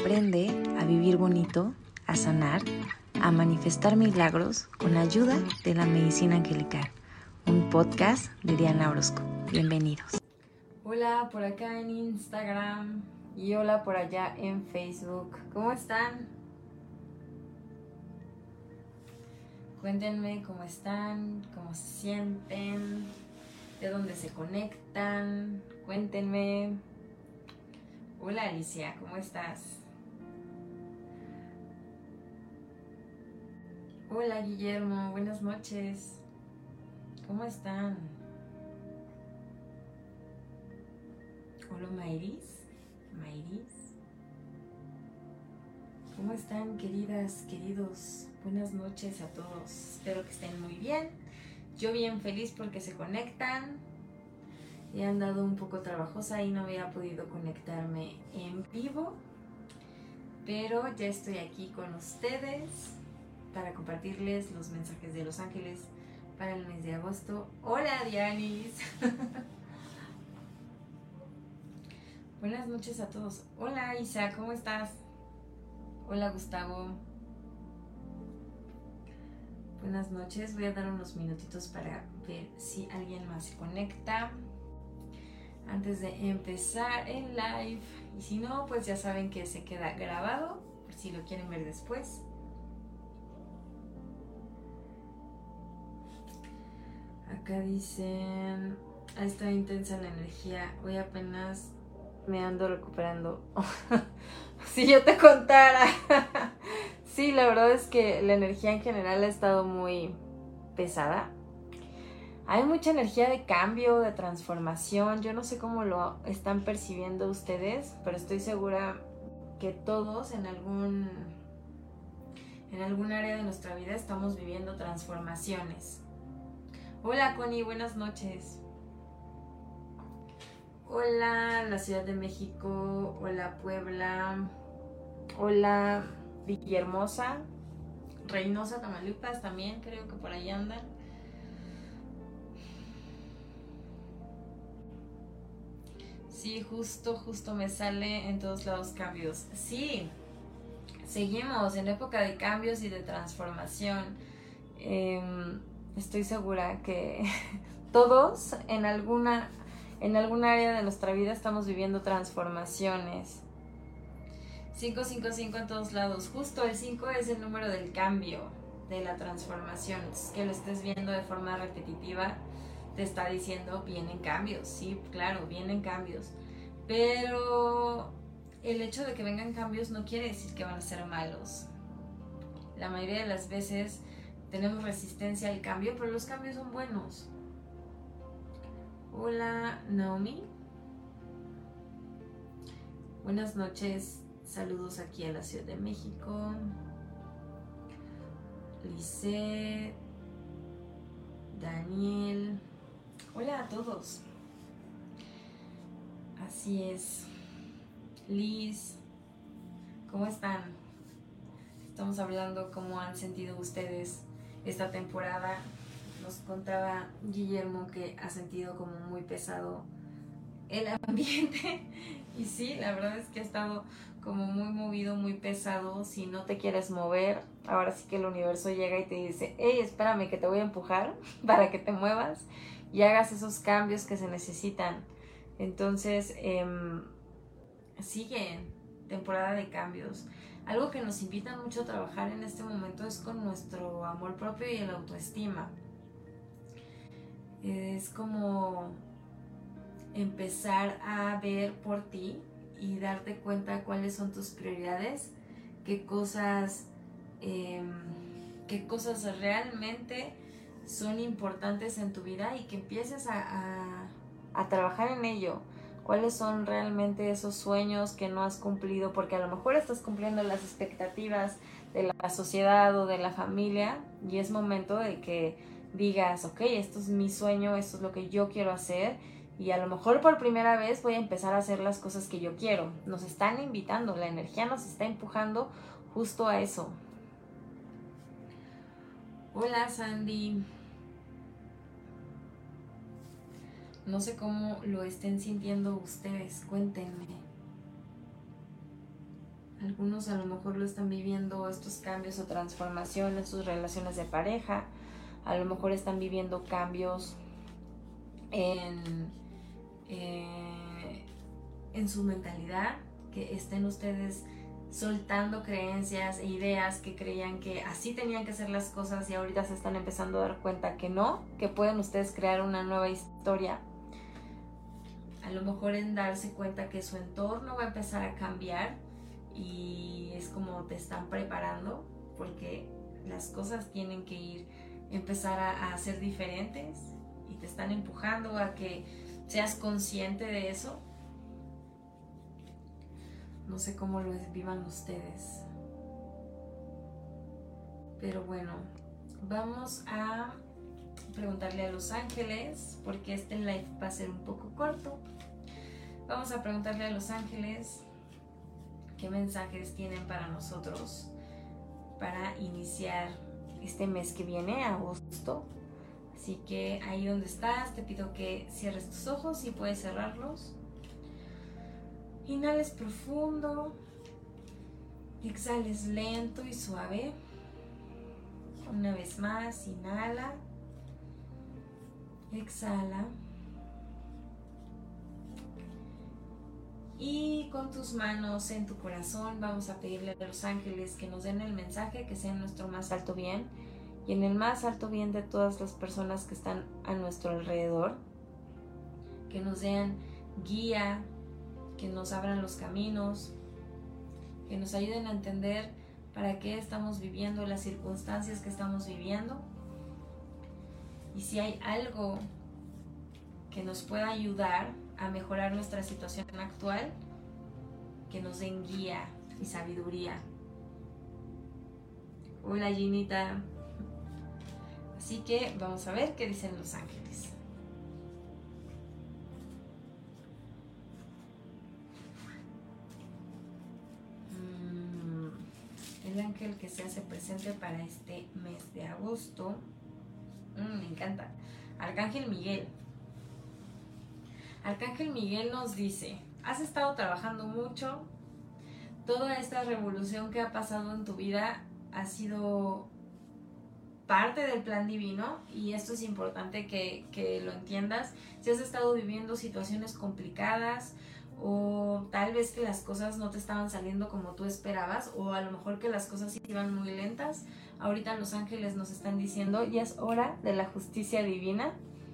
Aprende a vivir bonito, a sanar, a manifestar milagros con la ayuda de la medicina angelical. Un podcast de Diana Orozco. Bienvenidos. Hola por acá en Instagram y hola por allá en Facebook. ¿Cómo están? Cuéntenme cómo están, cómo se sienten, de dónde se conectan. Cuéntenme. Hola Alicia, ¿cómo estás? Hola Guillermo, buenas noches. ¿Cómo están? Hola Mayris. ¿Cómo están, queridas, queridos? Buenas noches a todos. Espero que estén muy bien. Yo bien feliz porque se conectan. He andado un poco trabajosa y no había podido conectarme en vivo, pero ya estoy aquí con ustedes para compartirles los mensajes de los ángeles para el mes de agosto. Hola Dianis. Buenas noches a todos. Hola Isa, ¿cómo estás? Hola Gustavo. Buenas noches. Voy a dar unos minutitos para ver si alguien más se conecta antes de empezar el live. Y si no, pues ya saben que se queda grabado por si lo quieren ver después. Acá dicen, ha estado intensa la energía, hoy apenas me ando recuperando. Si yo te contara. Sí, la verdad es que la energía en general ha estado muy pesada. Hay mucha energía de cambio, de transformación. Yo no sé cómo lo están percibiendo ustedes, pero estoy segura que todos en algún área de nuestra vida estamos viviendo transformaciones. Hola Connie, buenas noches. Hola la Ciudad de México, hola Puebla, hola Villahermosa, Reynosa, Tamaulipas también, creo que por ahí andan. Sí, justo me sale en todos lados cambios. Sí, seguimos en época de cambios y de transformación. Estoy segura que todos en alguna área de nuestra vida estamos viviendo transformaciones. 555 en todos lados. Justo el 5 es el número del cambio, de la transformación. Que lo estés viendo de forma repetitiva te está diciendo vienen cambios. Sí, claro, vienen cambios. Pero el hecho de que vengan cambios no quiere decir que van a ser malos. La mayoría de las veces tenemos resistencia al cambio, pero los cambios son buenos. Hola Naomi. Buenas noches. Saludos aquí a la Ciudad de México. Lisette, Daniel. Hola a todos. Así es. Liz, ¿cómo están? Estamos hablando cómo han sentido ustedes esta temporada. Nos contaba Guillermo que ha sentido como muy pesado el ambiente. Y sí, la verdad es que ha estado como muy movido, muy pesado. Si no te quieres mover, ahora sí que el universo llega y te dice, hey, espérame que te voy a empujar para que te muevas y hagas esos cambios que se necesitan. Entonces, sigue temporada de cambios. Algo que nos invita mucho a trabajar en este momento es con nuestro amor propio y el autoestima. Es como empezar a ver por ti y darte cuenta cuáles son tus prioridades, qué cosas realmente son importantes en tu vida y que empieces a trabajar en ello. Cuáles son realmente esos sueños que no has cumplido, porque a lo mejor estás cumpliendo las expectativas de la sociedad o de la familia y es momento de que digas, ok, esto es mi sueño, esto es lo que yo quiero hacer. Y a lo mejor por primera vez voy a empezar a hacer las cosas que yo quiero. Nos están invitando, la energía nos está empujando justo a eso. Hola Sandy. No sé cómo lo estén sintiendo ustedes, cuéntenme. Algunos a lo mejor lo están viviendo estos cambios o transformación en sus relaciones de pareja. A lo mejor están viviendo cambios en su mentalidad, que estén ustedes soltando creencias e ideas que creían que así tenían que ser las cosas y ahorita se están empezando a dar cuenta que no, que pueden ustedes crear una nueva historia. A lo mejor en darse cuenta que su entorno va a empezar a cambiar y es como te están preparando porque las cosas tienen que empezar a ser diferentes y te están empujando a que seas consciente de eso. No sé cómo lo vivan ustedes. Pero bueno, vamos a preguntarle a los ángeles, porque este live va a ser un poco corto. Vamos a preguntarle a los ángeles qué mensajes tienen para nosotros para iniciar este mes que viene, agosto. Así que ahí donde estás, te pido que cierres tus ojos y puedes cerrarlos. Inhales profundo, exhales lento y suave. Una vez más, inhala, exhala. Y con tus manos en tu corazón vamos a pedirle a los ángeles que nos den el mensaje que sea en nuestro más alto bien y en el más alto bien de todas las personas que están a nuestro alrededor. Que nos den guía, que nos abran los caminos, que nos ayuden a entender para qué estamos viviendo, las circunstancias que estamos viviendo. Y si hay algo que nos pueda ayudar a mejorar nuestra situación actual, que nos den guía y sabiduría. Hola Ginita. Así que vamos a ver qué dicen los ángeles. El ángel que se hace presente para este mes de agosto. Me encanta. Arcángel Miguel. Arcángel Miguel nos dice: has estado trabajando mucho. Toda esta revolución que ha pasado en tu vida ha sido parte del plan divino y esto es importante que lo entiendas. Si has estado viviendo situaciones complicadas o tal vez que las cosas no te estaban saliendo como tú esperabas o a lo mejor que las cosas iban muy lentas, ahorita los ángeles nos están diciendo ya es hora de la justicia divina.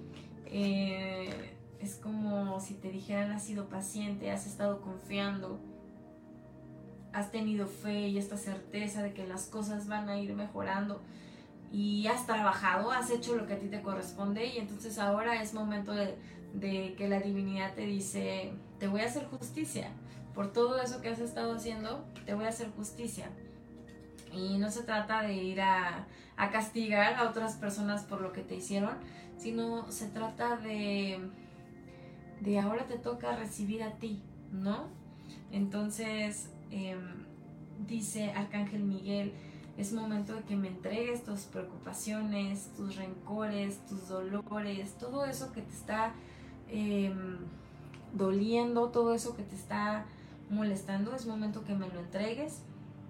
Es como si te dijeran: has sido paciente, has estado confiando, has tenido fe y esta certeza de que las cosas van a ir mejorando y has trabajado, has hecho lo que a ti te corresponde y entonces ahora es momento de que la divinidad te dice: te voy a hacer justicia por todo eso que has estado haciendo, te voy a hacer justicia. Y no se trata de ir a castigar a otras personas por lo que te hicieron, sino se trata de ahora te toca recibir a ti, ¿no? Entonces dice Arcángel Miguel: es momento de que me entregues tus preocupaciones, tus rencores, tus dolores, todo eso que te está doliendo, todo eso que te está molestando, es momento que me lo entregues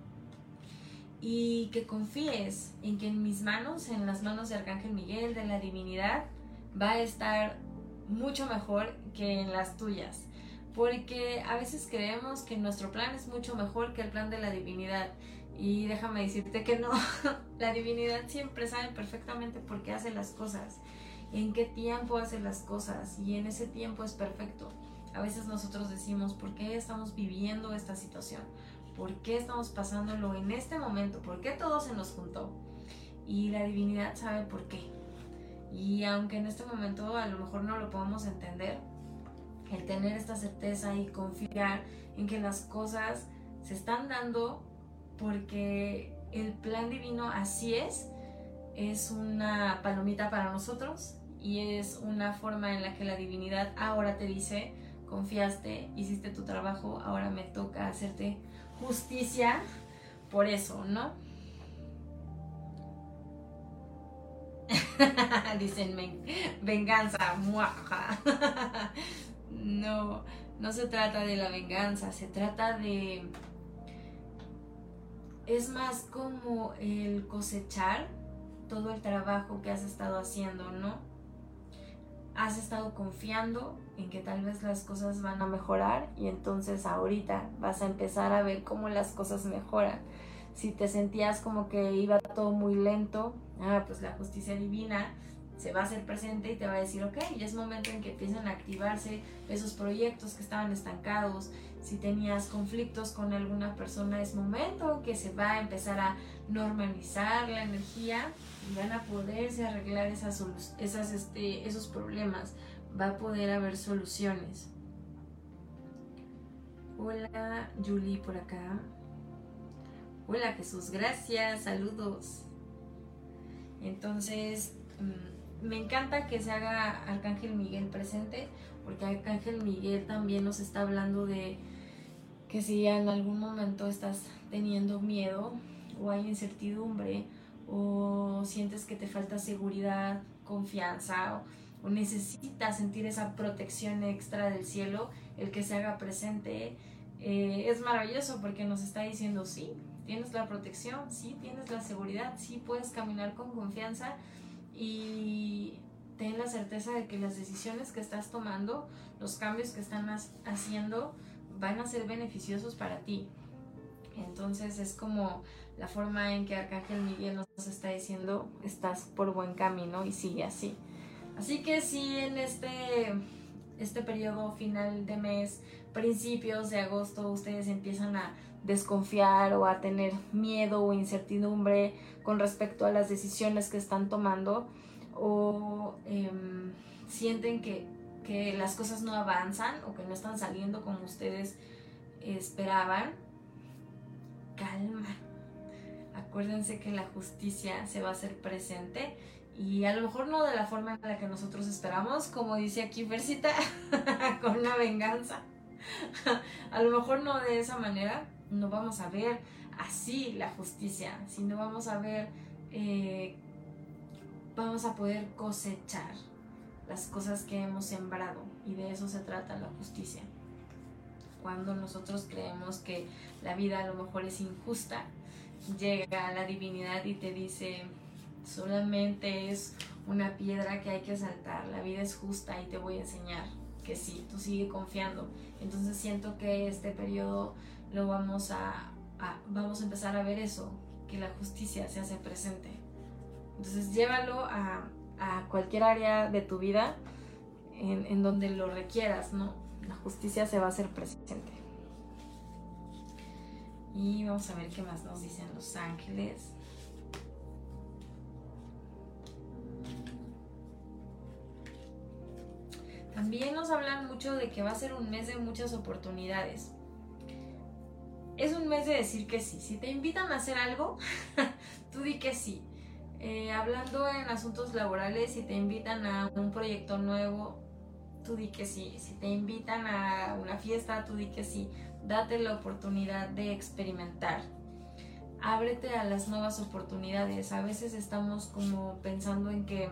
y que confíes en que en mis manos, en las manos de Arcángel Miguel, de la divinidad, va a estar mucho mejor que en las tuyas, porque a veces creemos que nuestro plan es mucho mejor que el plan de la divinidad y déjame decirte que no. La divinidad siempre sabe perfectamente por qué hace las cosas, en qué tiempo hace las cosas y en ese tiempo es perfecto. A veces nosotros decimos: ¿por qué estamos viviendo esta situación? ¿Por qué estamos pasándolo en este momento? ¿Por qué todo se nos juntó? Y la divinidad sabe por qué. Y aunque en este momento a lo mejor no lo podemos entender, el tener esta certeza y confiar en que las cosas se están dando porque el plan divino así es una palomita para nosotros y es una forma en la que la divinidad ahora te dice: confiaste, hiciste tu trabajo, ahora me toca hacerte justicia por eso, ¿no? Dicen venganza. No se trata de la venganza, se trata de es más como el cosechar todo el trabajo que has estado haciendo, ¿no? Has estado confiando en que tal vez las cosas van a mejorar y entonces ahorita vas a empezar a ver cómo las cosas mejoran. Si te sentías como que iba todo muy lento, pues la justicia divina se va a hacer presente y te va a decir, ok, ya es momento en que empiecen a activarse esos proyectos que estaban estancados. Si tenías conflictos con alguna persona, es momento que se va a empezar a normalizar la energía y van a poderse arreglar esos problemas. Va a poder haber soluciones. Hola, Julie por acá. Hola, Jesús, gracias, saludos. Entonces, me encanta que se haga Arcángel Miguel presente, porque Arcángel Miguel también nos está hablando de que si en algún momento estás teniendo miedo o hay incertidumbre o sientes que te falta seguridad, confianza o necesitas sentir esa protección extra del cielo, el que se haga presente es maravilloso porque nos está diciendo sí, tienes la protección, sí, tienes la seguridad, sí puedes caminar con confianza y ten la certeza de que las decisiones que estás tomando, los cambios que están haciendo van a ser beneficiosos para ti. Entonces es como la forma en que Arcángel Miguel nos está diciendo, estás por buen camino y sigue así. Así que si en este periodo final de mes, principios de agosto, ustedes empiezan a desconfiar o a tener miedo o incertidumbre con respecto a las decisiones que están tomando o sienten que las cosas no avanzan o que no están saliendo como ustedes esperaban, calma. Acuérdense que la justicia se va a hacer presente y a lo mejor no de la forma en la que nosotros esperamos, como dice aquí Versita, con una venganza. A lo mejor no de esa manera, no vamos a ver así la justicia, sino vamos a ver, vamos a poder cosechar las cosas que hemos sembrado y de eso se trata la justicia. Cuando nosotros creemos que la vida a lo mejor es injusta, llega la divinidad y te dice, solamente es una piedra que hay que saltar, la vida es justa y te voy a enseñar que sí, tú sigue confiando. Entonces siento que este periodo lo vamos a empezar a ver eso, que la justicia se hace presente. Entonces llévalo a cualquier área de tu vida en donde lo requieras, ¿no? La justicia se va a hacer presente. Y vamos a ver qué más nos dicen los ángeles. También nos hablan mucho de que va a ser un mes de muchas oportunidades. Es un mes de decir que sí. Si te invitan a hacer algo, tú di que sí. Hablando en asuntos laborales, si te invitan a un proyecto nuevo, tú di que sí. Si te invitan a una fiesta, tú di que sí. Date la oportunidad de experimentar. Ábrete a las nuevas oportunidades. A veces estamos como pensando en que,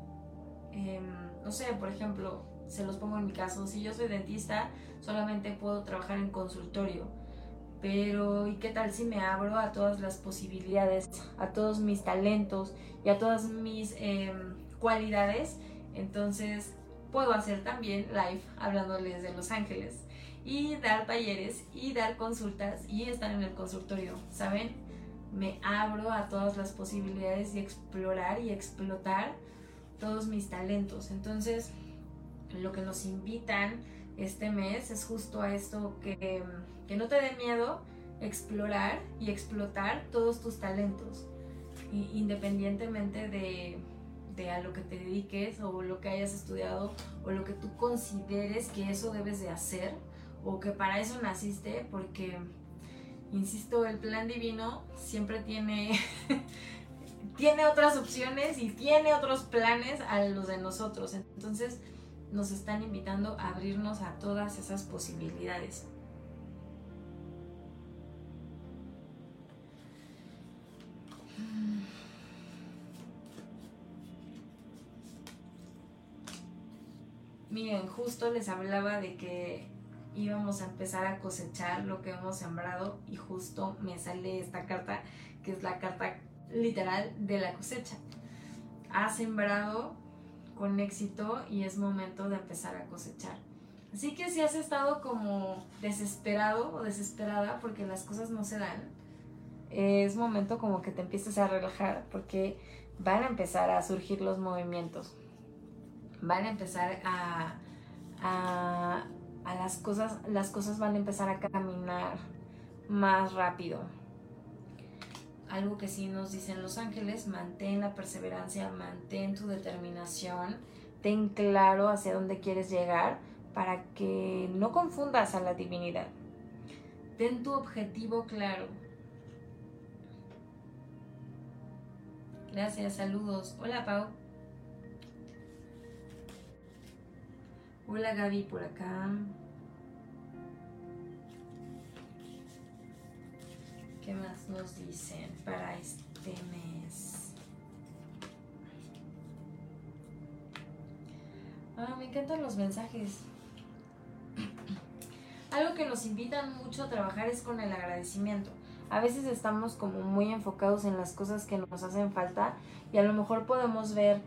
no sé, por ejemplo, se los pongo en mi caso, si yo soy dentista, solamente puedo trabajar en consultorio. Pero ¿y qué tal si me abro a todas las posibilidades, a todos mis talentos y a todas mis cualidades? Entonces puedo hacer también live hablándoles de los ángeles y dar talleres y dar consultas y estar en el consultorio, ¿saben? Me abro a todas las posibilidades y explorar y explotar todos mis talentos. Entonces lo que nos invitan este mes es justo a esto, que no te dé miedo explorar y explotar todos tus talentos, independientemente de a lo que te dediques o lo que hayas estudiado o lo que tú consideres que eso debes de hacer o que para eso naciste, porque insisto, el plan divino siempre tiene tiene otras opciones y tiene otros planes a los de nosotros. Entonces nos están invitando a abrirnos a todas esas posibilidades. Miren, justo les hablaba de que íbamos a empezar a cosechar lo que hemos sembrado, y justo me sale esta carta, que es la carta literal de la cosecha. Has sembrado con éxito y es momento de empezar a cosechar. Así que si has estado como desesperado o desesperada porque las cosas no se dan, es momento como que te empieces a relajar, porque van a empezar a surgir los movimientos, van a empezar a las cosas van a empezar a caminar más rápido. Algo que sí nos dicen los ángeles: mantén la perseverancia, mantén tu determinación, ten claro hacia dónde quieres llegar para que no confundas a la divinidad. Ten tu objetivo claro. Gracias, saludos. Hola, Pau. Hola, Gaby, por acá. ¿Qué más nos dicen para este mes? Me encantan los mensajes. Algo que nos invitan mucho a trabajar es con el agradecimiento. A veces estamos como muy enfocados en las cosas que nos hacen falta, y a lo mejor podemos ver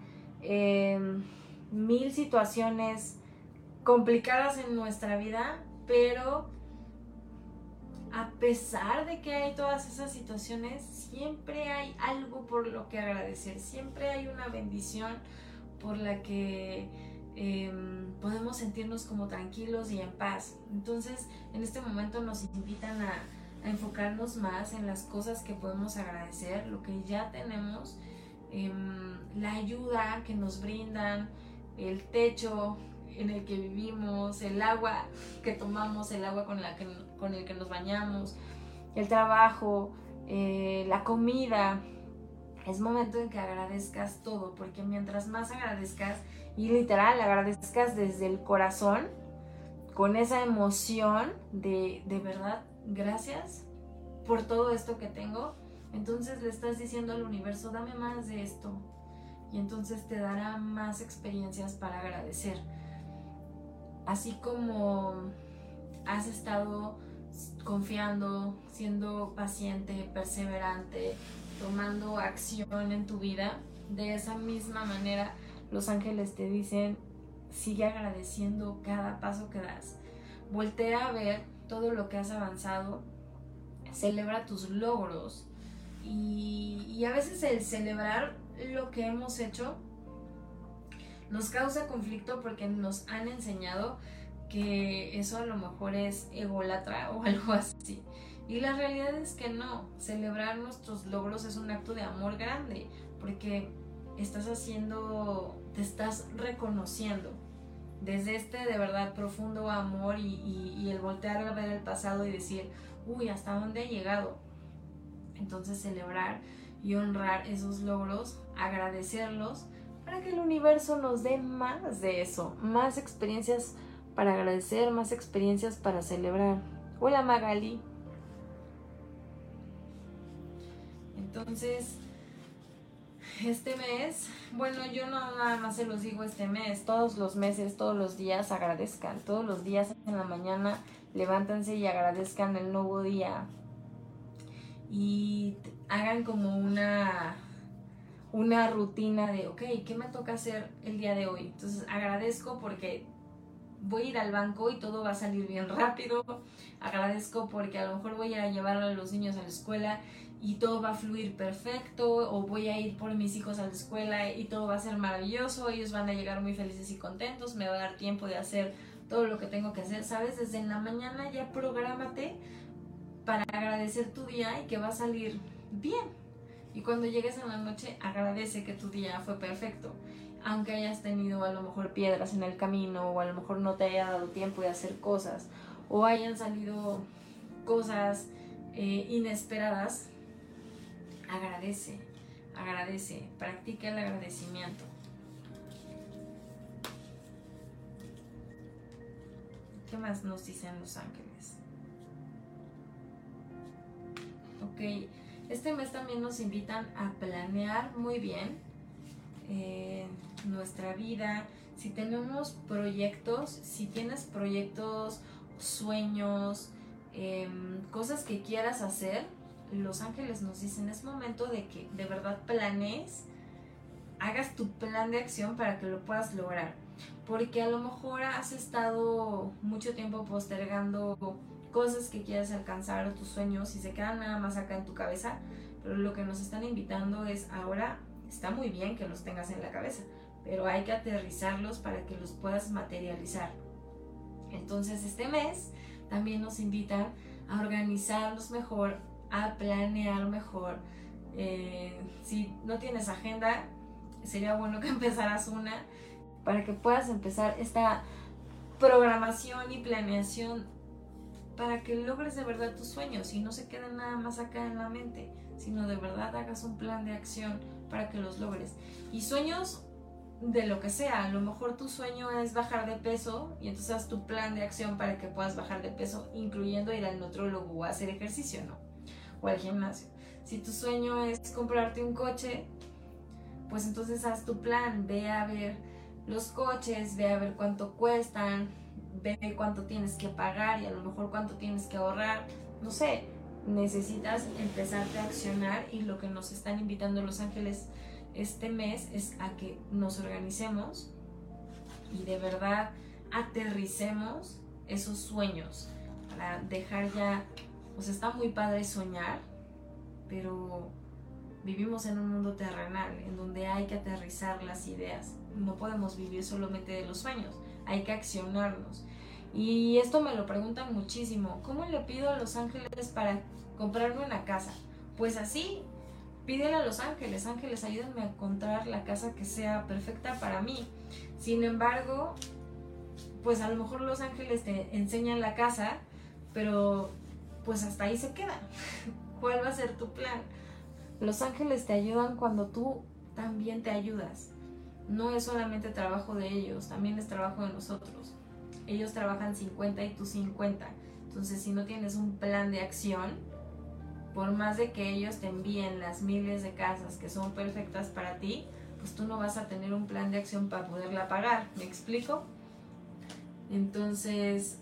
1000 situaciones complicadas en nuestra vida, pero a pesar de que hay todas esas situaciones, siempre hay algo por lo que agradecer, siempre hay una bendición por la que podemos sentirnos como tranquilos y en paz. Entonces, en este momento nos invitan a enfocarnos más en las cosas que podemos agradecer, lo que ya tenemos, la ayuda que nos brindan, el techo en el que vivimos, el agua que tomamos, el agua con el que nos bañamos, el trabajo, la comida. Es momento en que agradezcas todo, porque mientras más agradezcas, y literal agradezcas desde el corazón, con esa emoción de verdad, gracias por todo esto que tengo, entonces le estás diciendo al universo: dame más de esto, y entonces te dará más experiencias para agradecer. Así como has estado confiando, siendo paciente, perseverante, tomando acción en tu vida, de esa misma manera los ángeles te dicen: sigue agradeciendo cada paso que das, voltea a ver todo lo que has avanzado, celebra tus logros, y a veces el celebrar lo que hemos hecho nos causa conflicto, porque nos han enseñado que eso a lo mejor es ególatra o algo así. Y la realidad es que no. Celebrar nuestros logros es un acto de amor grande, porque te estás reconociendo desde este de verdad profundo amor, y el voltear a ver el pasado y decir: uy, ¿hasta dónde he llegado? Entonces celebrar y honrar esos logros, agradecerlos, para que el universo nos dé más de eso, más experiencias para agradecer, más experiencias para celebrar. Hola, Magali. Entonces, este mes, bueno, yo no nada más se los digo este mes, todos los meses, todos los días agradezcan, todos los días en la mañana levántense y agradezcan el nuevo día, y hagan como una rutina de: ok, ¿qué me toca hacer el día de hoy? Entonces agradezco porque voy a ir al banco y todo va a salir bien rápido. Agradezco porque a lo mejor voy a llevar a los niños a la escuela y todo va a fluir perfecto, o voy a ir por mis hijos a la escuela y todo va a ser maravilloso, ellos van a llegar muy felices y contentos, me va a dar tiempo de hacer todo lo que tengo que hacer, ¿sabes? Desde en la mañana ya prográmate para agradecer tu día y que va a salir bien. Y cuando llegues en la noche, agradece que tu día fue perfecto, aunque hayas tenido a lo mejor piedras en el camino, o a lo mejor no te haya dado tiempo de hacer cosas, o hayan salido cosas inesperadas. Agradece, practica el agradecimiento. ¿Qué más nos dicen los ángeles? Ok, este mes también nos invitan a planear muy bien nuestra vida. Si tenemos proyectos, si tienes proyectos sueños, cosas que quieras hacer, los ángeles nos dicen es momento de que de verdad planees, hagas tu plan de acción para que lo puedas lograr. Porque a lo mejor has estado mucho tiempo postergando cosas que quieres alcanzar o tus sueños y se quedan nada más acá en tu cabeza, pero lo que nos están invitando es ahora, está muy bien que los tengas en la cabeza, pero hay que aterrizarlos para que los puedas materializar. Entonces este mes también nos invitan a organizarlos mejor, a planear mejor. Si no tienes agenda, sería bueno que empezaras una para que puedas empezar esta programación y planeación para que logres de verdad tus sueños y no se queden nada más acá en la mente, sino de verdad hagas un plan de acción para que los logres. Y sueños de lo que sea, a lo mejor tu sueño es bajar de peso y entonces haz tu plan de acción para que puedas bajar de peso, incluyendo ir al nutrólogo o hacer ejercicio, ¿no? O al gimnasio. Si tu sueño es comprarte un coche, pues entonces haz tu plan, ve a ver los coches, ve a ver cuánto cuestan, ve cuánto tienes que pagar y a lo mejor cuánto tienes que ahorrar, no sé, necesitas empezarte a accionar y lo que nos están invitando los ángeles este mes es a que nos organicemos y de verdad aterricemos esos sueños para dejar ya, pues está muy padre soñar, pero vivimos en un mundo terrenal en donde hay que aterrizar las ideas, no podemos vivir solamente de los sueños, hay que accionarnos. Y esto me lo preguntan muchísimo, ¿cómo le pido a los ángeles para comprarme una casa? Pues así, pídele a los ángeles, ángeles ayúdenme a encontrar la casa que sea perfecta para mí. Sin embargo, pues a lo mejor los ángeles te enseñan la casa, pero pues hasta ahí se queda. ¿Cuál va a ser tu plan? Los ángeles te ayudan cuando tú también te ayudas. No es solamente trabajo de ellos, también es trabajo de nosotros. Ellos trabajan 50 y tú 50. Entonces, si no tienes un plan de acción, por más de que ellos te envíen las miles de casas que son perfectas para ti, pues tú no vas a tener un plan de acción para poderla pagar. ¿Me explico? Entonces,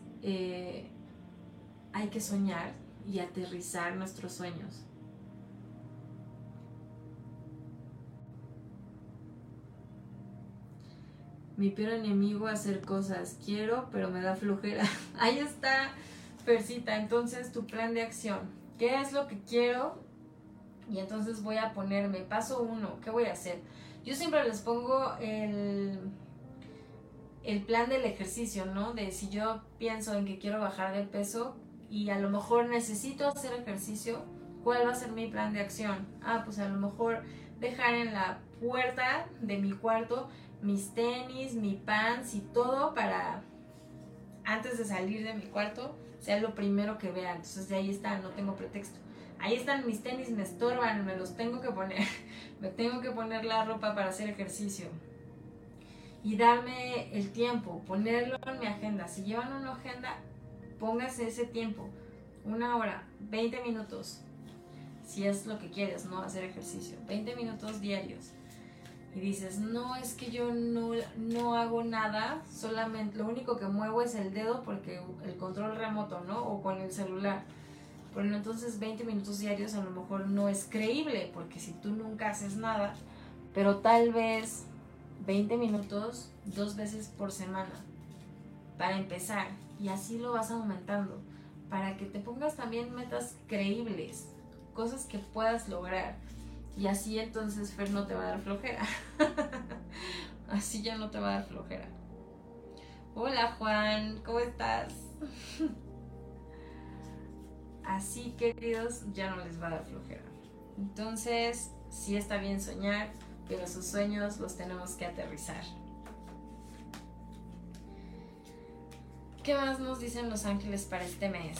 hay que soñar y aterrizar nuestros sueños. Mi peor enemigo, hacer cosas. Quiero, pero me da flojera. Ahí está, Persita. Entonces, tu plan de acción. ¿Qué es lo que quiero? Y entonces voy a ponerme, paso 1, ¿qué voy a hacer? Yo siempre les pongo el plan del ejercicio, ¿no? De si yo pienso en que quiero bajar de peso y a lo mejor necesito hacer ejercicio, ¿cuál va a ser mi plan de acción? Pues a lo mejor dejar en la puerta de mi cuarto mis tenis, mi pants y todo para antes de salir de mi cuarto sea lo primero que vea. Entonces de ahí está, no tengo pretexto. Ahí están mis tenis, me estorban, me los tengo que poner. Me tengo que poner la ropa para hacer ejercicio. Y darme el tiempo, ponerlo en mi agenda. Si llevan una agenda, póngase ese tiempo. 1 hora, 20 minutos. Si es lo que quieres, ¿no? Hacer ejercicio. 20 minutos diarios. Y dices, no, es que yo no hago nada, solamente lo único que muevo es el dedo porque el control remoto, ¿no? O con el celular. Bueno, entonces 20 minutos diarios a lo mejor no es creíble, porque si tú nunca haces nada, pero tal vez 20 minutos 2 veces por semana para empezar, y así lo vas aumentando, para que te pongas también metas creíbles, cosas que puedas lograr. Y así entonces Fer no te va a dar flojera. Así ya no te va a dar flojera. Hola Juan, ¿cómo estás? Así, queridos, ya no les va a dar flojera. Entonces, sí está bien soñar, pero sus sueños los tenemos que aterrizar. ¿Qué más nos dicen los ángeles para este mes?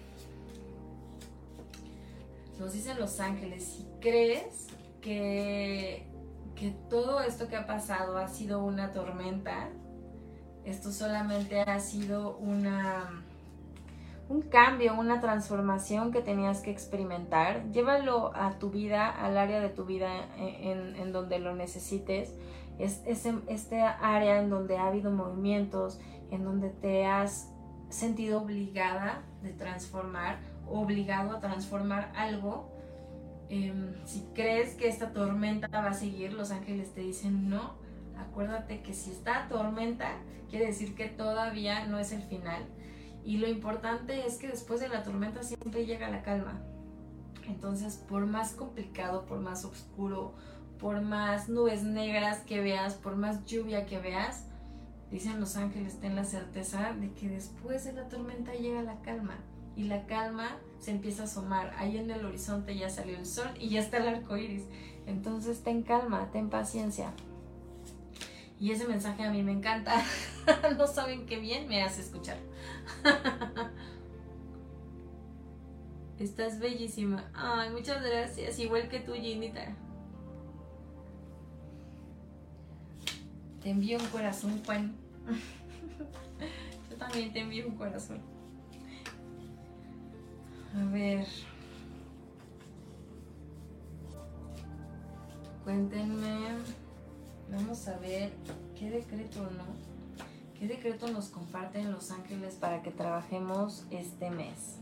Nos dicen los ángeles, si crees que todo esto que ha pasado ha sido una tormenta, esto solamente ha sido un cambio, una transformación que tenías que experimentar, llévalo a tu vida, al área de tu vida en donde lo necesites, este área en donde ha habido movimientos, en donde te has sentido obligada de transformar, obligado a transformar algo. Si crees que esta tormenta va a seguir, los ángeles te dicen no. Acuérdate que si está tormenta, quiere decir que todavía no es el final. Y lo importante es que después de la tormenta siempre llega la calma. Entonces, por más complicado, por más oscuro, por más nubes negras que veas, por más lluvia que veas, dicen los ángeles, ten la certeza de que después de la tormenta llega la calma. Y la calma se empieza a asomar. Ahí en el horizonte ya salió el sol y ya está el arco iris. Entonces, ten calma, ten paciencia. Y ese mensaje a mí me encanta. No saben qué bien me hace escuchar. Estás bellísima. Ay, muchas gracias. Igual que tú, Ginita. Te envío un corazón, Juan. Yo también te envío un corazón. A ver. Cuéntenme. Vamos a ver qué decreto, ¿no? ¿Qué decreto nos comparten los ángeles para que trabajemos este mes?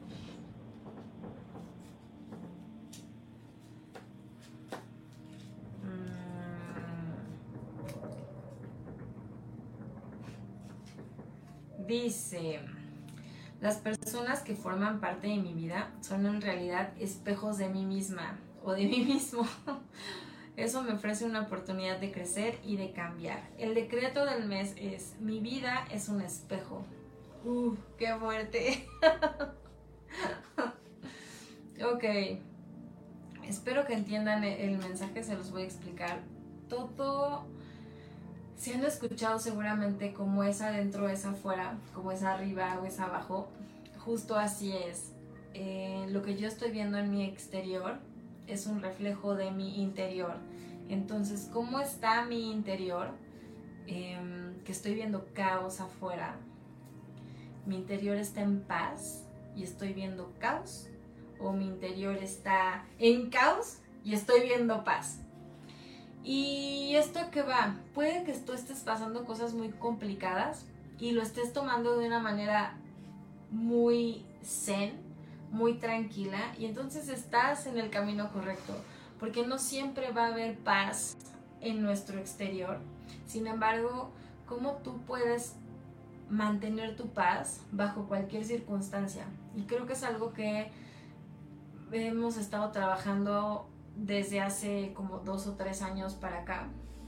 Dice, las personas que forman parte de mi vida son en realidad espejos de mí misma o de mí mismo. Eso me ofrece una oportunidad de crecer y de cambiar. El decreto del mes es, mi vida es un espejo. ¡Qué fuerte! Ok. Espero que entiendan el mensaje, se los voy a explicar. Todo, si han escuchado seguramente como es adentro, es afuera, como es arriba o es abajo, justo así es. Lo que yo estoy viendo en mi exterior es un reflejo de mi interior. Entonces, ¿cómo está mi interior? Que estoy viendo caos afuera. Mi interior está en paz y estoy viendo caos. O mi interior está en caos y estoy viendo paz. ¿Y esto qué va? Puede que tú estés pasando cosas muy complicadas y lo estés tomando de una manera muy zen, muy tranquila, y entonces estás en el camino correcto, porque no siempre va a haber paz en nuestro exterior. Sin embargo, ¿cómo tú puedes mantener tu paz bajo cualquier circunstancia? Y creo que es algo que hemos estado trabajando desde hace como 2 o 3 años para acá.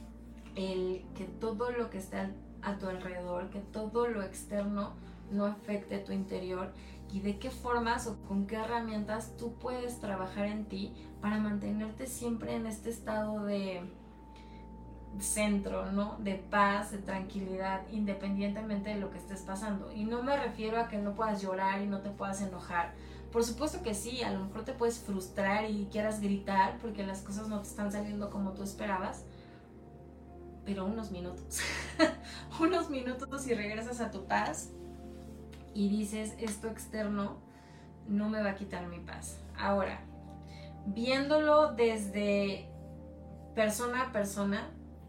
El que todo lo que está a tu alrededor, que todo lo externo no afecte tu interior, y de qué formas o con qué herramientas tú puedes trabajar en ti para mantenerte siempre en este estado de centro, ¿no? De paz, de tranquilidad, independientemente de lo que estés pasando. Y no me refiero a que no puedas llorar y no te puedas enojar. Por supuesto que sí, a lo mejor te puedes frustrar y quieras gritar porque las cosas no te están saliendo como tú esperabas, pero unos minutos, unos minutos y regresas a tu paz y dices, esto externo no me va a quitar mi paz. Ahora, viéndolo desde persona a persona,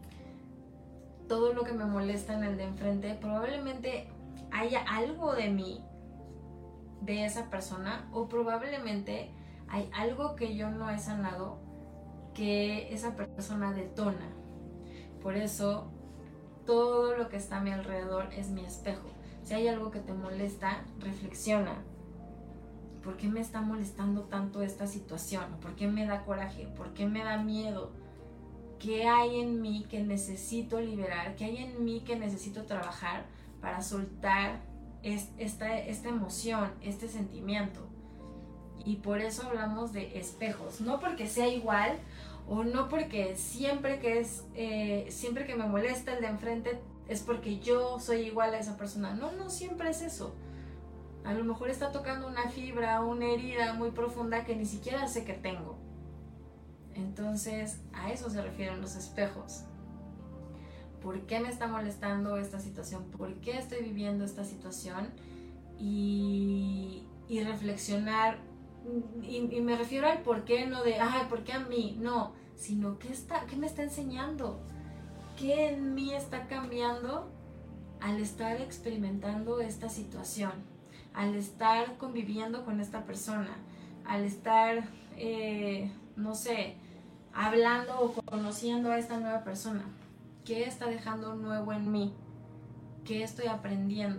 todo lo que me molesta en el de enfrente, probablemente haya algo de mí, de esa persona, o probablemente hay algo que yo no he sanado que esa persona detona. Por eso todo lo que está a mi alrededor es mi espejo. Si hay algo que te molesta, reflexiona. ¿Por qué me está molestando tanto esta situación? ¿Por qué me da coraje? ¿Por qué me da miedo? ¿Qué hay en mí que necesito liberar? ¿Qué hay en mí que necesito trabajar para soltar esta emoción, este sentimiento? Y por eso hablamos de espejos. No porque sea igual, o no porque siempre que me molesta el de enfrente es porque yo soy igual a esa persona. No siempre es eso. A lo mejor está tocando una fibra, una herida muy profunda que ni siquiera sé que tengo. Entonces, a eso se refieren los espejos. ¿Por qué me está molestando esta situación? ¿Por qué estoy viviendo esta situación? Y reflexionar. Y me refiero al por qué, no de, ¿por qué a mí? No, sino ¿qué me está enseñando? ¿Qué en mí está cambiando al estar experimentando esta situación, al estar conviviendo con esta persona, al estar, no sé, hablando o conociendo a esta nueva persona? ¿Qué está dejando nuevo en mí? ¿Qué estoy aprendiendo?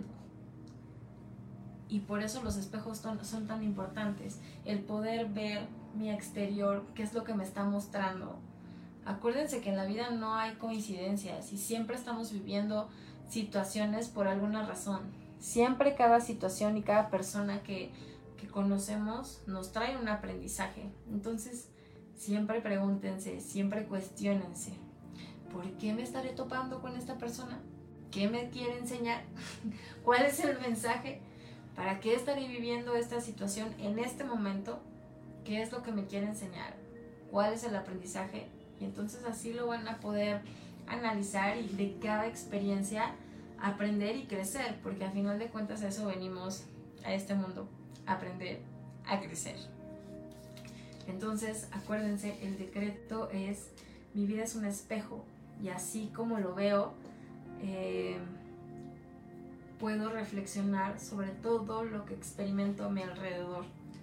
Y por eso los espejos son tan importantes. El poder ver mi exterior, qué es lo que me está mostrando. Acuérdense que en la vida no hay coincidencias y siempre estamos viviendo situaciones por alguna razón. Siempre cada situación y cada persona que conocemos nos trae un aprendizaje. Entonces, siempre pregúntense, siempre cuestiónense. ¿Por qué me estaré topando con esta persona? ¿Qué me quiere enseñar? ¿Cuál es el mensaje? ¿Para qué estaré viviendo esta situación en este momento? ¿Qué es lo que me quiere enseñar? ¿Cuál es el aprendizaje? Y entonces así lo van a poder analizar y de cada experiencia aprender y crecer, porque al final de cuentas a eso venimos a este mundo, a aprender, a crecer. Entonces acuérdense, el decreto es: mi vida es un espejo, y así como lo veo, puedo reflexionar sobre todo lo que experimento a mi alrededor.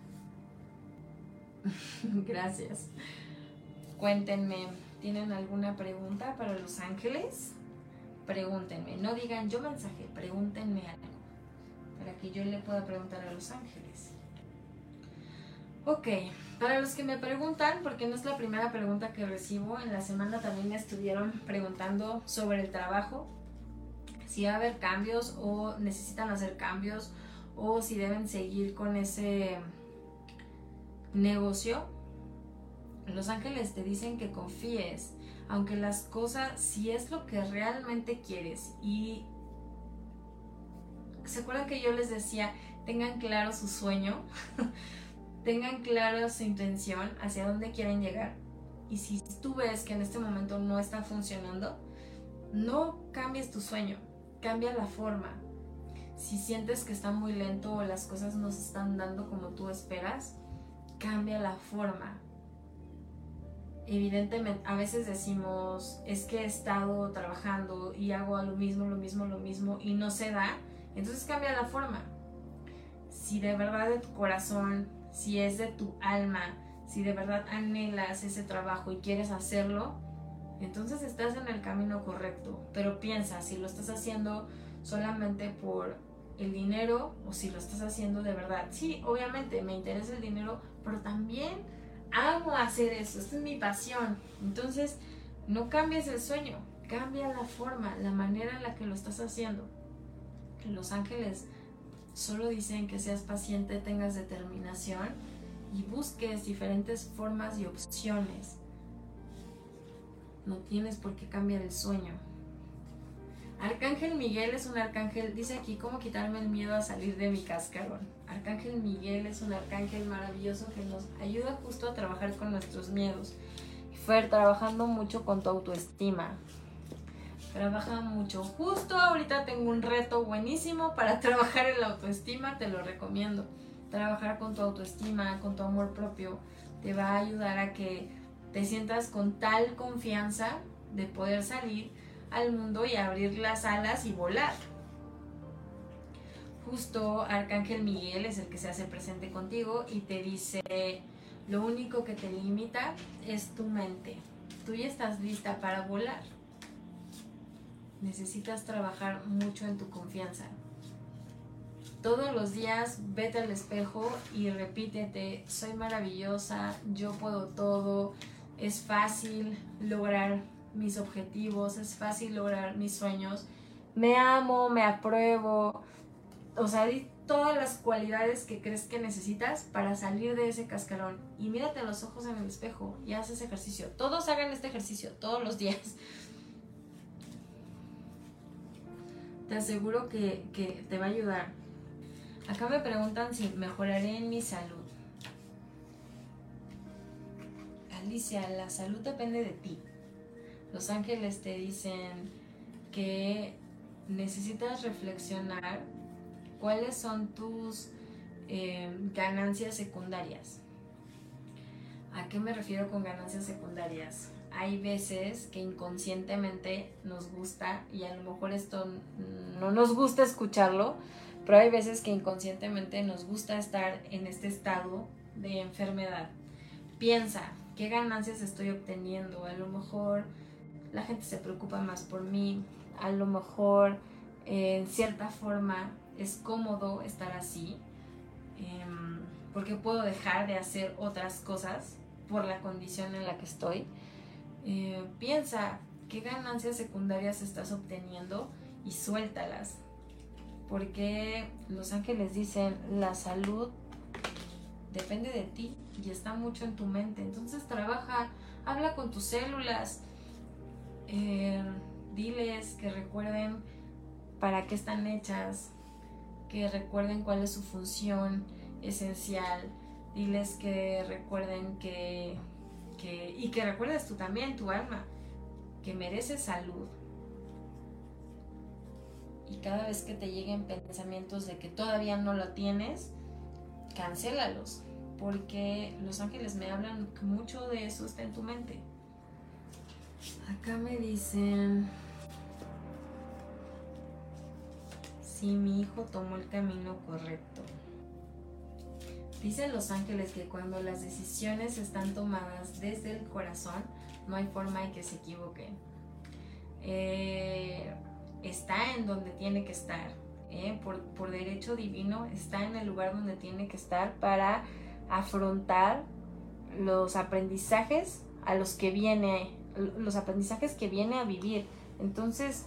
Gracias. Cuéntenme, ¿tienen alguna pregunta para los ángeles? Pregúntenme, no digan yo mensaje, pregúntenme algo para que yo le pueda preguntar a los ángeles. Ok, para los que me preguntan, porque no es la primera pregunta que recibo, en la semana también me estuvieron preguntando sobre el trabajo, si va a haber cambios o necesitan hacer cambios o si deben seguir con ese negocio. Los ángeles te dicen que confíes, aunque las cosas, si es lo que realmente quieres. Y ¿se acuerdan que yo les decía, tengan claro su sueño? Tengan claro su intención, hacia dónde quieren llegar. Y si tú ves que en este momento no está funcionando, no cambies tu sueño, cambia la forma. Si sientes que está muy lento o las cosas no se están dando como tú esperas, cambia la forma. Evidentemente, a veces decimos, es que he estado trabajando y hago lo mismo y no se da, entonces cambia la forma. Si de verdad de tu corazón, si es de tu alma, si de verdad anhelas ese trabajo y quieres hacerlo, entonces estás en el camino correcto. Pero piensa, si lo estás haciendo solamente por el dinero o si lo estás haciendo de verdad. Sí, obviamente me interesa el dinero, pero también amo hacer eso, esta es mi pasión. Entonces no cambies el sueño, cambia la forma, la manera en la que lo estás haciendo. Los ángeles solo dicen que seas paciente, tengas determinación y busques diferentes formas y opciones. No tienes por qué cambiar el sueño. Arcángel Miguel es un arcángel, dice aquí, cómo quitarme el miedo a salir de mi cascarón. Arcángel Miguel es un arcángel maravilloso que nos ayuda justo a trabajar con nuestros miedos. Fer, trabajando mucho con tu autoestima. Trabaja mucho. Justo ahorita tengo un reto buenísimo para trabajar en la autoestima, te lo recomiendo. Trabajar con tu autoestima, con tu amor propio, te va a ayudar a que te sientas con tal confianza de poder salir al mundo y abrir las alas y volar. Justo Arcángel Miguel es el que se hace presente contigo y te dice, lo único que te limita es tu mente. Tú ya estás lista para volar. Necesitas trabajar mucho en tu confianza. Todos los días vete al espejo y repítete, soy maravillosa, yo puedo todo, es fácil lograr mis objetivos, es fácil lograr mis sueños, me amo, me apruebo. O sea, di todas las cualidades que crees que necesitas para salir de ese cascarón y mírate a los ojos en el espejo y haz ese ejercicio. Todos hagan este ejercicio todos los días. Te aseguro que te va a ayudar. Acá me preguntan si mejoraré en mi salud. Alicia, la salud depende de ti. Los ángeles te dicen que necesitas reflexionar cuáles son tus ganancias secundarias. ¿A qué me refiero con ganancias secundarias? hay veces que inconscientemente nos gusta, y a lo mejor esto no nos gusta escucharlo, pero hay veces que inconscientemente nos gusta estar en este estado de enfermedad. Piensa, ¿qué ganancias estoy obteniendo? A lo mejor la gente se preocupa más por mí, a lo mejor en cierta forma es cómodo estar así, porque puedo dejar de hacer otras cosas por la condición en la que estoy. Piensa qué ganancias secundarias estás obteniendo y suéltalas, porque los ángeles dicen la salud depende de ti y está mucho en tu mente. Entonces trabaja, habla con tus células, diles que recuerden para qué están hechas, que recuerden cuál es su función esencial, diles que recuerden y que recuerdes tú también, tu alma, que mereces salud. Y cada vez que te lleguen pensamientos de que todavía no lo tienes, cancélalos, porque los ángeles me hablan que mucho de eso está en tu mente. Acá me dicen, si mi hijo tomó el camino correcto. Dicen los ángeles que cuando las decisiones están tomadas desde el corazón, no hay forma de que se equivoquen. Está en donde tiene que estar. Por derecho divino, está en el lugar donde tiene que estar para afrontar los aprendizajes los aprendizajes que viene a vivir. Entonces,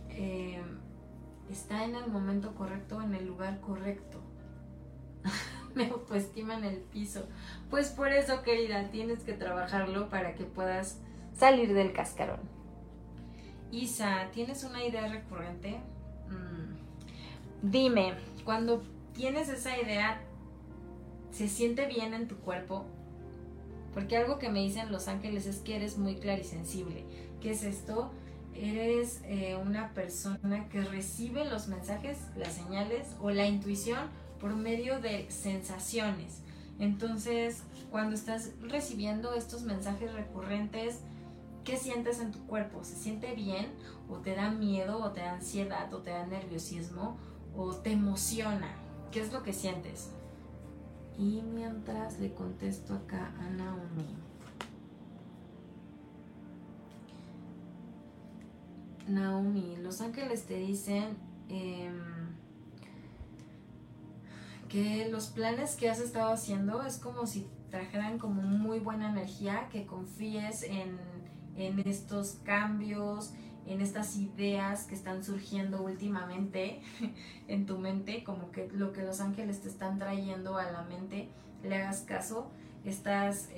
está en el momento correcto, en el lugar correcto. Me autoestima en el piso. Pues por eso, querida, tienes que trabajarlo para que puedas salir del cascarón. Isa, ¿tienes una idea recurrente? Dime, cuando tienes esa idea, ¿se siente bien en tu cuerpo? Porque algo que me dicen los ángeles es que eres muy clarisensible. ¿Qué es esto? Eres una persona que recibe los mensajes, las señales o la intuición por medio de sensaciones. Entonces, cuando estás recibiendo estos mensajes recurrentes, ¿qué sientes en tu cuerpo? ¿Se siente bien? ¿O te da miedo? ¿O te da ansiedad? ¿O te da nerviosismo? ¿O te emociona? ¿Qué es lo que sientes? Y mientras le contesto acá a Naomi. Naomi, los ángeles te dicen que los planes que has estado haciendo es como si trajeran como muy buena energía, que confíes en estos cambios, en estas ideas que están surgiendo últimamente en tu mente, como que lo que los ángeles te están trayendo a la mente, le hagas caso. Estás,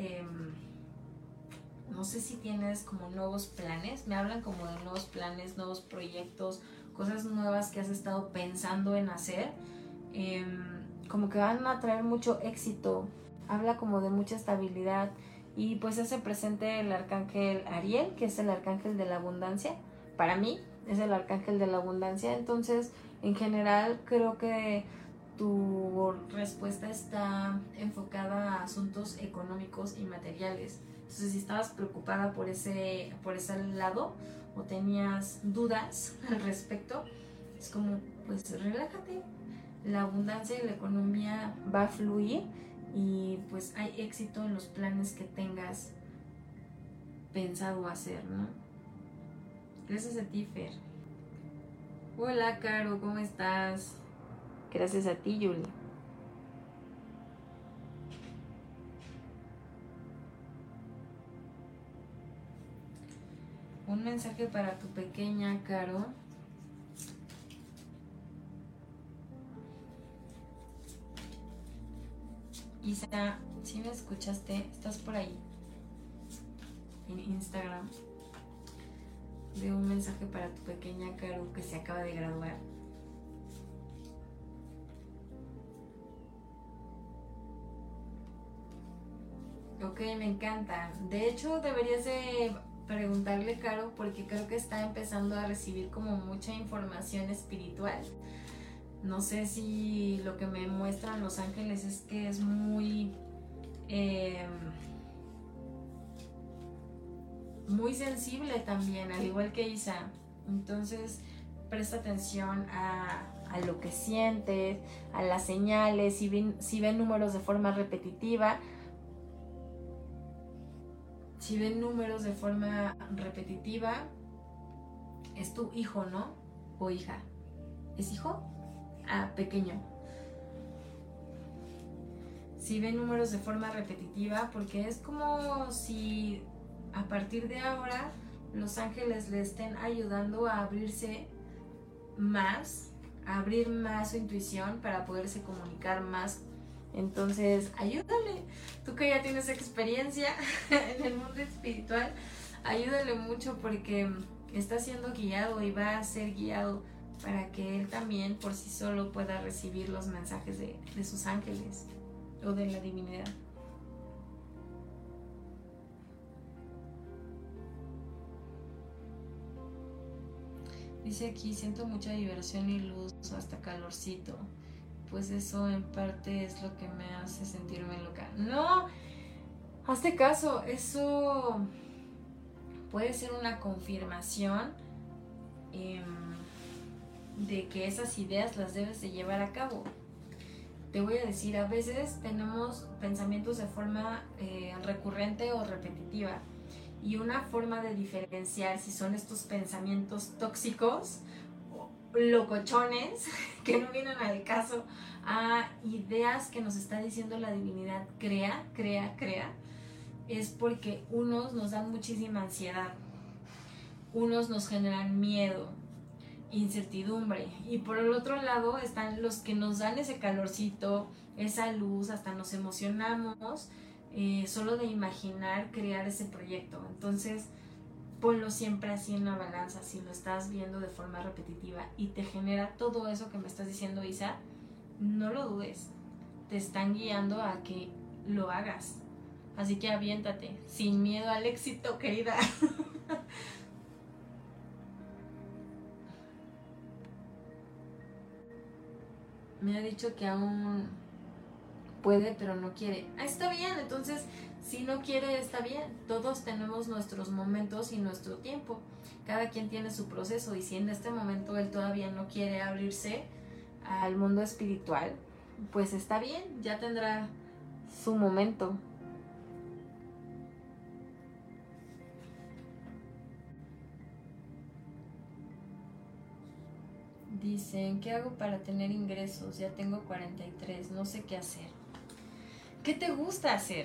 no sé si tienes como nuevos planes, me hablan como de nuevos planes, nuevos proyectos, cosas nuevas que has estado pensando en hacer, como que van a traer mucho éxito, habla como de mucha estabilidad. Y pues se hace presente el arcángel Ariel, que es el arcángel de la abundancia. Para mí es el arcángel de la abundancia. Entonces, en general, creo que tu respuesta está enfocada a asuntos económicos y materiales. Entonces, si estabas preocupada por ese lado o tenías dudas al respecto, es como, pues relájate. La abundancia y la economía va a fluir y pues hay éxito en los planes que tengas pensado hacer, ¿no? Gracias a ti, Fer. Hola, Caro, ¿cómo estás? Gracias a ti, Yuli. Un mensaje para tu pequeña, Caro. Isa, si me escuchaste, estás por ahí en Instagram. Veo un mensaje para tu pequeña Caro que se acaba de graduar. Ok, me encanta. De hecho, deberías de preguntarle, Caro, porque creo que está empezando a recibir como mucha información espiritual. No sé si lo que me muestran los ángeles es que es muy muy sensible también, al igual que Isa. Entonces, presta atención a lo que sientes, a las señales. Si ven números de forma repetitiva, es tu hijo, ¿no? O hija. ¿Es hijo? Ah, pequeño. Si ven números de forma repetitiva, porque es como si a partir de ahora los ángeles le estén ayudando a abrirse más, a abrir más su intuición para poderse comunicar más. Entonces, ayúdale. Tú que ya tienes experiencia en el mundo espiritual, ayúdale mucho porque está siendo guiado y va a ser guiado para que él también por sí solo pueda recibir los mensajes de sus ángeles o de la divinidad. Dice aquí, siento mucha diversión y luz, hasta calorcito. Pues eso en parte es lo que me hace sentirme loca. No, hazte caso, eso puede ser una confirmación de que esas ideas las debes de llevar a cabo. Te voy a decir, a veces tenemos pensamientos de forma recurrente o repetitiva. Y una forma de diferenciar si son estos pensamientos tóxicos, locochones, que no vienen al caso, a ideas que nos está diciendo la divinidad, crea, es porque unos nos dan muchísima ansiedad, unos nos generan miedo, incertidumbre, y por el otro lado están los que nos dan ese calorcito, esa luz, hasta nos emocionamos solo de imaginar crear ese proyecto. Entonces ponlo siempre así en una balanza. Si lo estás viendo de forma repetitiva y te genera todo eso que me estás diciendo, Isa, no lo dudes, te están guiando a que lo hagas. Así que aviéntate, sin miedo al éxito, querida. Me ha dicho que aún puede, pero no quiere. Ah, está bien, entonces si no quiere, está bien. Todos tenemos nuestros momentos y nuestro tiempo. Cada quien tiene su proceso, y si en este momento él todavía no quiere abrirse al mundo espiritual, pues está bien, ya tendrá su momento. Dicen, ¿qué hago para tener ingresos? Ya tengo 43, no sé qué hacer. ¿Qué te gusta hacer?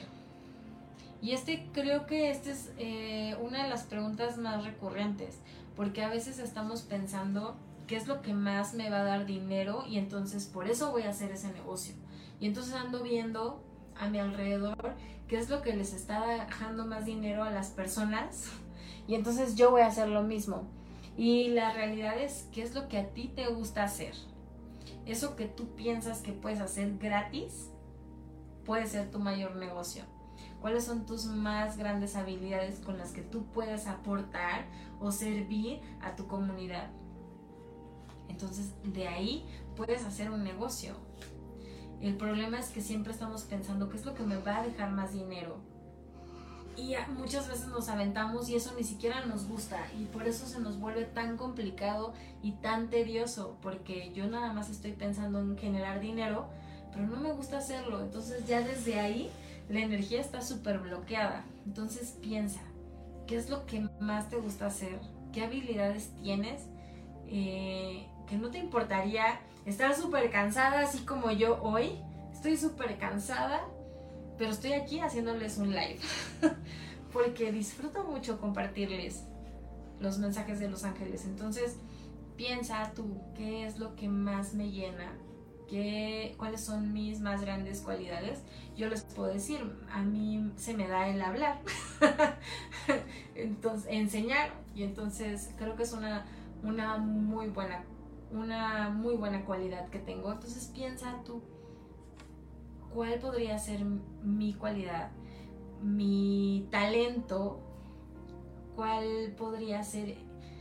Y creo que esta es una de las preguntas más recurrentes, porque a veces estamos pensando qué es lo que más me va a dar dinero y entonces por eso voy a hacer ese negocio. Y entonces ando viendo a mi alrededor qué es lo que les está dejando más dinero a las personas y entonces yo voy a hacer lo mismo. Y la realidad es qué es lo que a ti te gusta hacer. Eso que tú piensas que puedes hacer gratis puede ser tu mayor negocio. ¿Cuáles son tus más grandes habilidades con las que tú puedes aportar o servir a tu comunidad? Entonces, de ahí puedes hacer un negocio. El problema es que siempre estamos pensando qué es lo que me va a dejar más dinero. Y muchas veces nos aventamos y eso ni siquiera nos gusta. Y por eso se nos vuelve tan complicado y tan tedioso. Porque yo nada más estoy pensando en generar dinero, pero no me gusta hacerlo. Entonces ya desde ahí la energía está súper bloqueada. Entonces piensa, ¿qué es lo que más te gusta hacer? ¿Qué habilidades tienes? Que no te importaría estar súper cansada, así como yo hoy. Estoy súper cansada, pero estoy aquí haciéndoles un live. Porque disfruto mucho compartirles los mensajes de los ángeles. Entonces piensa tú, ¿qué es lo que más me llena? ¿Cuáles son mis más grandes cualidades? Yo les puedo decir, a mí se me da el hablar, entonces enseñar, y entonces creo que es una muy buena cualidad que tengo. Entonces piensa tú, ¿cuál podría ser mi cualidad, mi talento? ¿Cuál podría ser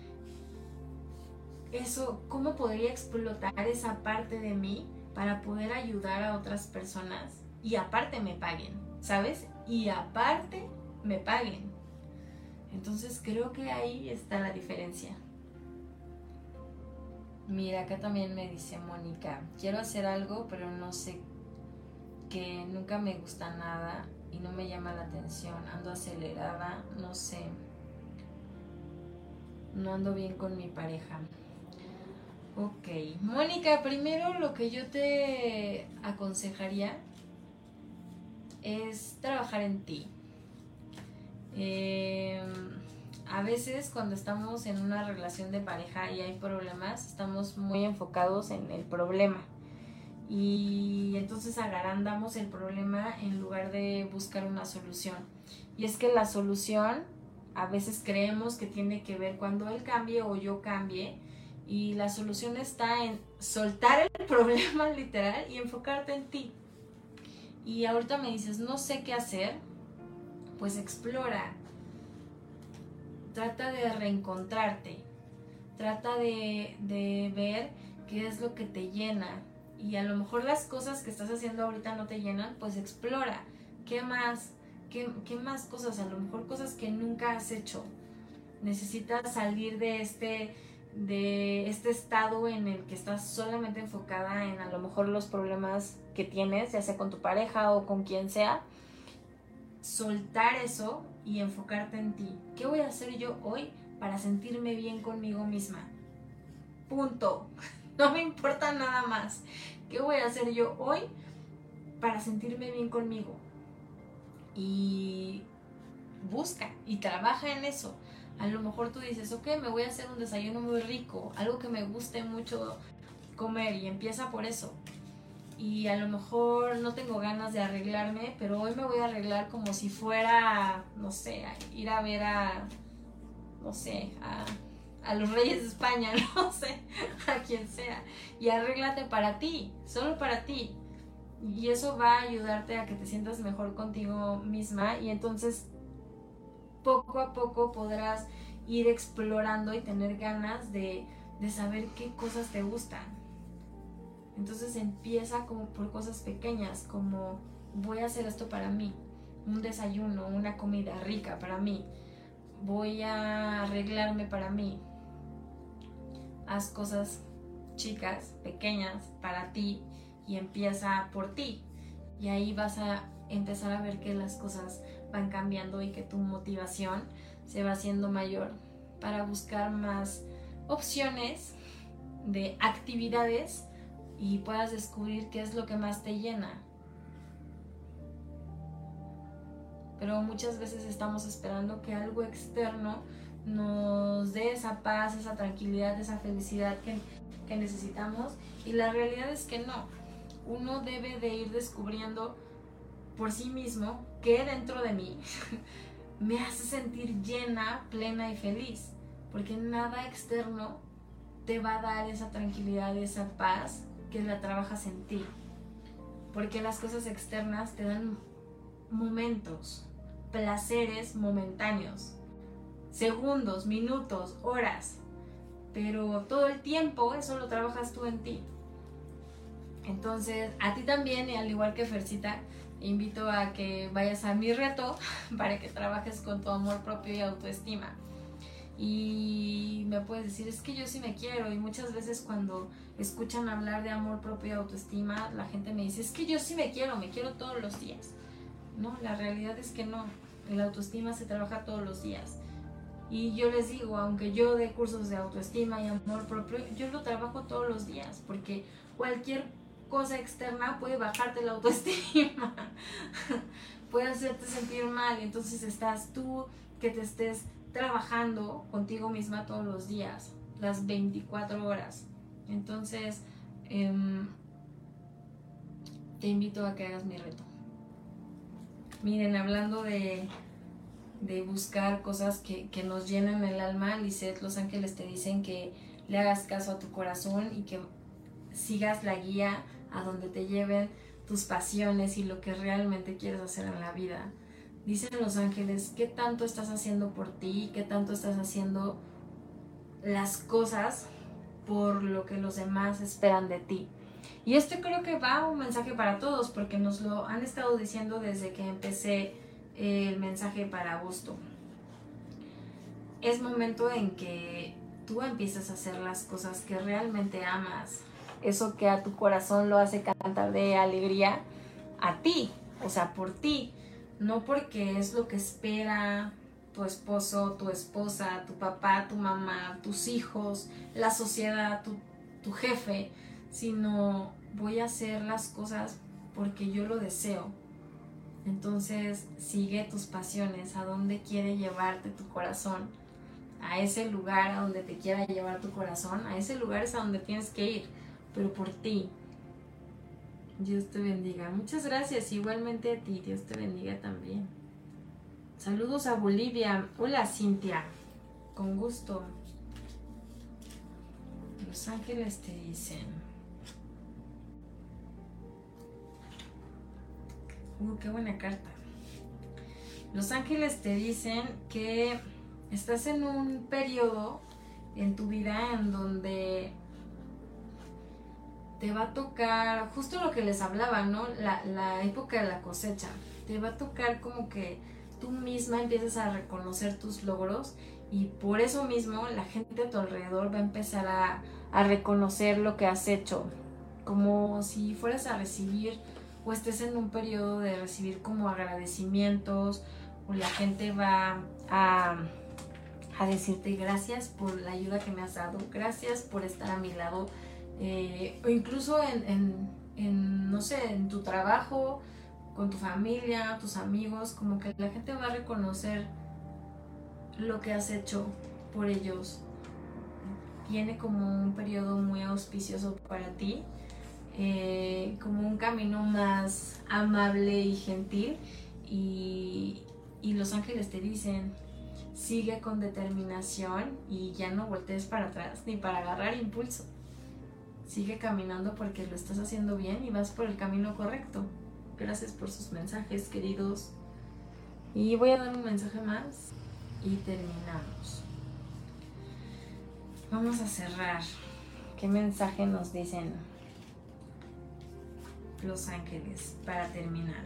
eso? ¿Cómo podría explotar esa parte de mí para poder ayudar a otras personas y aparte me paguen? ¿Sabes? Y aparte me paguen. Entonces creo que ahí está la diferencia. Mira, acá también me dice Mónica, quiero hacer algo, pero no sé qué, nunca me gusta nada y no me llama la atención, ando acelerada, no sé, no ando bien con mi pareja. Ok, Mónica, primero lo que yo te aconsejaría es trabajar en ti. A veces cuando estamos en una relación de pareja y hay problemas, estamos muy enfocados en el problema y entonces agrandamos el problema en lugar de buscar una solución. Y es que la solución a veces creemos que tiene que ver cuando él cambie o yo cambie, y la solución está en soltar el problema literal y enfocarte en ti. Y ahorita me dices, no sé qué hacer, pues explora, trata de reencontrarte, trata de ver qué es lo que te llena, y a lo mejor las cosas que estás haciendo ahorita no te llenan, pues explora, ¿qué más? ¿Qué más cosas? A lo mejor cosas que nunca has hecho. Necesitas salir de este estado en el que estás solamente enfocada en a lo mejor los problemas que tienes, ya sea con tu pareja o con quien sea. Soltar eso y enfocarte en ti. ¿Qué voy a hacer yo hoy para sentirme bien conmigo misma? Punto. No me importa nada más. ¿Qué voy a hacer yo hoy para sentirme bien conmigo? Y busca y trabaja en eso. A lo mejor tú dices, ok, me voy a hacer un desayuno muy rico, algo que me guste mucho comer, y empieza por eso. Y a lo mejor no tengo ganas de arreglarme, pero hoy me voy a arreglar como si fuera, no sé, a ir a ver a, no sé, a los Reyes de España, no sé, a quien sea. Y arréglate para ti, solo para ti. Y eso va a ayudarte a que te sientas mejor contigo misma, y entonces poco a poco podrás ir explorando y tener ganas de saber qué cosas te gustan. Entonces empieza como por cosas pequeñas, como voy a hacer esto para mí, un desayuno, una comida rica para mí, voy a arreglarme para mí. Haz cosas chicas, pequeñas para ti, y empieza por ti, y ahí vas a empezar a ver que las cosas van cambiando y que tu motivación se va haciendo mayor para buscar más opciones de actividades y puedas descubrir qué es lo que más te llena. Pero muchas veces estamos esperando que algo externo nos dé esa paz, esa tranquilidad, esa felicidad que necesitamos, y la realidad es que no. Uno debe de ir descubriendo por sí mismo qué dentro de mí me hace sentir llena, plena y feliz, porque nada externo te va a dar esa tranquilidad, esa paz que la trabajas en ti, porque las cosas externas te dan momentos, placeres momentáneos, segundos, minutos, horas, pero todo el tiempo eso lo trabajas tú en ti. Entonces a ti también, y al igual que Fercita, invito a que vayas a mi reto para que trabajes con tu amor propio y autoestima. Y me puedes decir, es que yo sí me quiero, y muchas veces cuando escuchan hablar de amor propio y autoestima, la gente me dice, es que yo sí me quiero todos los días. No, la realidad es que no, la autoestima se trabaja todos los días. Y yo les digo, aunque yo dé cursos de autoestima y amor propio, yo lo trabajo todos los días, porque cualquier cosa externa puede bajarte la autoestima, puede hacerte sentir mal. Entonces estás tú que te estés trabajando contigo misma todos los días, las 24 horas. Entonces te invito a que hagas mi reto. Miren, hablando de buscar cosas que nos llenen el alma, Lisette, los ángeles te dicen que le hagas caso a tu corazón y que sigas la guía a donde te lleven tus pasiones y lo que realmente quieres hacer en la vida. Dicen los ángeles, ¿qué tanto estás haciendo por ti? ¿Qué tanto estás haciendo las cosas por lo que los demás esperan de ti? Y esto creo que va un mensaje para todos, porque nos lo han estado diciendo desde que empecé el mensaje para agosto. es momento en que tú empieces a hacer las cosas que realmente amas. Eso que a tu corazón lo hace cantar de alegría a ti, o sea, por ti. No porque es lo que espera tu esposo, tu esposa, tu papá, tu mamá, tus hijos, la sociedad, tu jefe, sino voy a hacer las cosas porque yo lo deseo. Entonces sigue tus pasiones, a donde quiere llevarte tu corazón, a ese lugar a donde te quiera llevar tu corazón, a ese lugar es a donde tienes que ir, pero por ti. Dios te bendiga. Muchas gracias, igualmente a ti, Dios te bendiga también. Saludos a Bolivia. Hola Cintia, con gusto. Los ángeles te dicen. Qué buena carta. Los ángeles te dicen que estás en un periodo en tu vida en donde te va a tocar justo lo que les hablaba, ¿no? La época de la cosecha. Te va a tocar como que tú misma empiezas a reconocer tus logros y por eso mismo la gente a tu alrededor va a empezar a reconocer lo que has hecho, como si fueras a recibir o estés en un periodo de recibir como agradecimientos, o la gente va a decirte gracias por la ayuda que me has dado, gracias por estar a mi lado, o incluso no sé, en tu trabajo, con tu familia, tus amigos, como que la gente va a reconocer lo que has hecho por ellos. Viene como un periodo muy auspicioso para ti, como un camino más amable y gentil, y los ángeles te dicen, sigue con determinación y ya no voltees para atrás ni para agarrar impulso. Sigue caminando porque lo estás haciendo bien y vas por el camino correcto. Gracias por sus mensajes, queridos. Y voy a dar un mensaje más y terminamos. Vamos a cerrar. ¿Qué mensaje nos dicen los ángeles para terminar?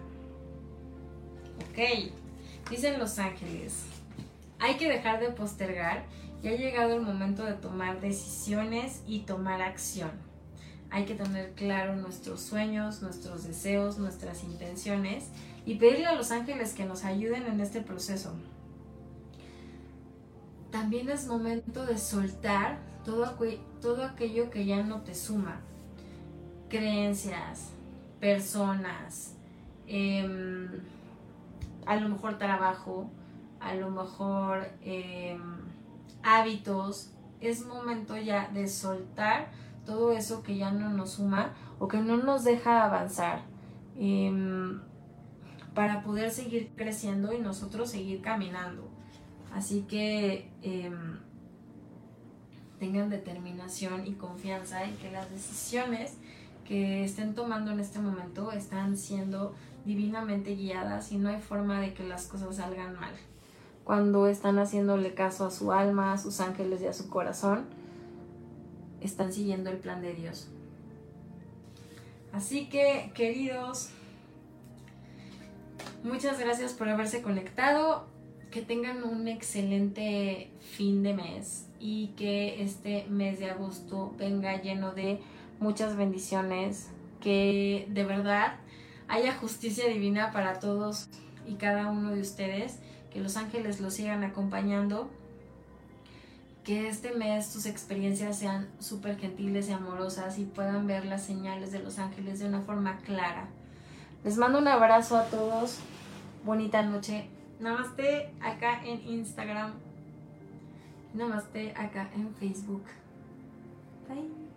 Ok, dicen los ángeles, hay que dejar de postergar y ha llegado el momento de tomar decisiones y tomar acción. Hay que tener claro nuestros sueños, nuestros deseos, nuestras intenciones y pedirle a los ángeles que nos ayuden en este proceso. También es momento de soltar todo aquello que ya no te suma. Creencias, personas, a lo mejor trabajo, a lo mejor hábitos. Es momento ya de soltar todo eso que ya no nos suma o que no nos deja avanzar, para poder seguir creciendo y nosotros seguir caminando. Así que tengan determinación y confianza en que las decisiones que estén tomando en este momento están siendo divinamente guiadas y no hay forma de que las cosas salgan mal. Cuando están haciéndole caso a su alma, a sus ángeles y a su corazón, están siguiendo el plan de Dios. Así que, queridos, muchas gracias por haberse conectado. Que tengan un excelente fin de mes y que este mes de agosto venga lleno de muchas bendiciones, que de verdad haya justicia divina para todos y cada uno de ustedes, que los ángeles los sigan acompañando, que este mes tus experiencias sean súper gentiles y amorosas y puedan ver las señales de los ángeles de una forma clara. Les mando un abrazo a todos, bonita noche. Namaste acá en Instagram. Namaste acá en Facebook. Bye.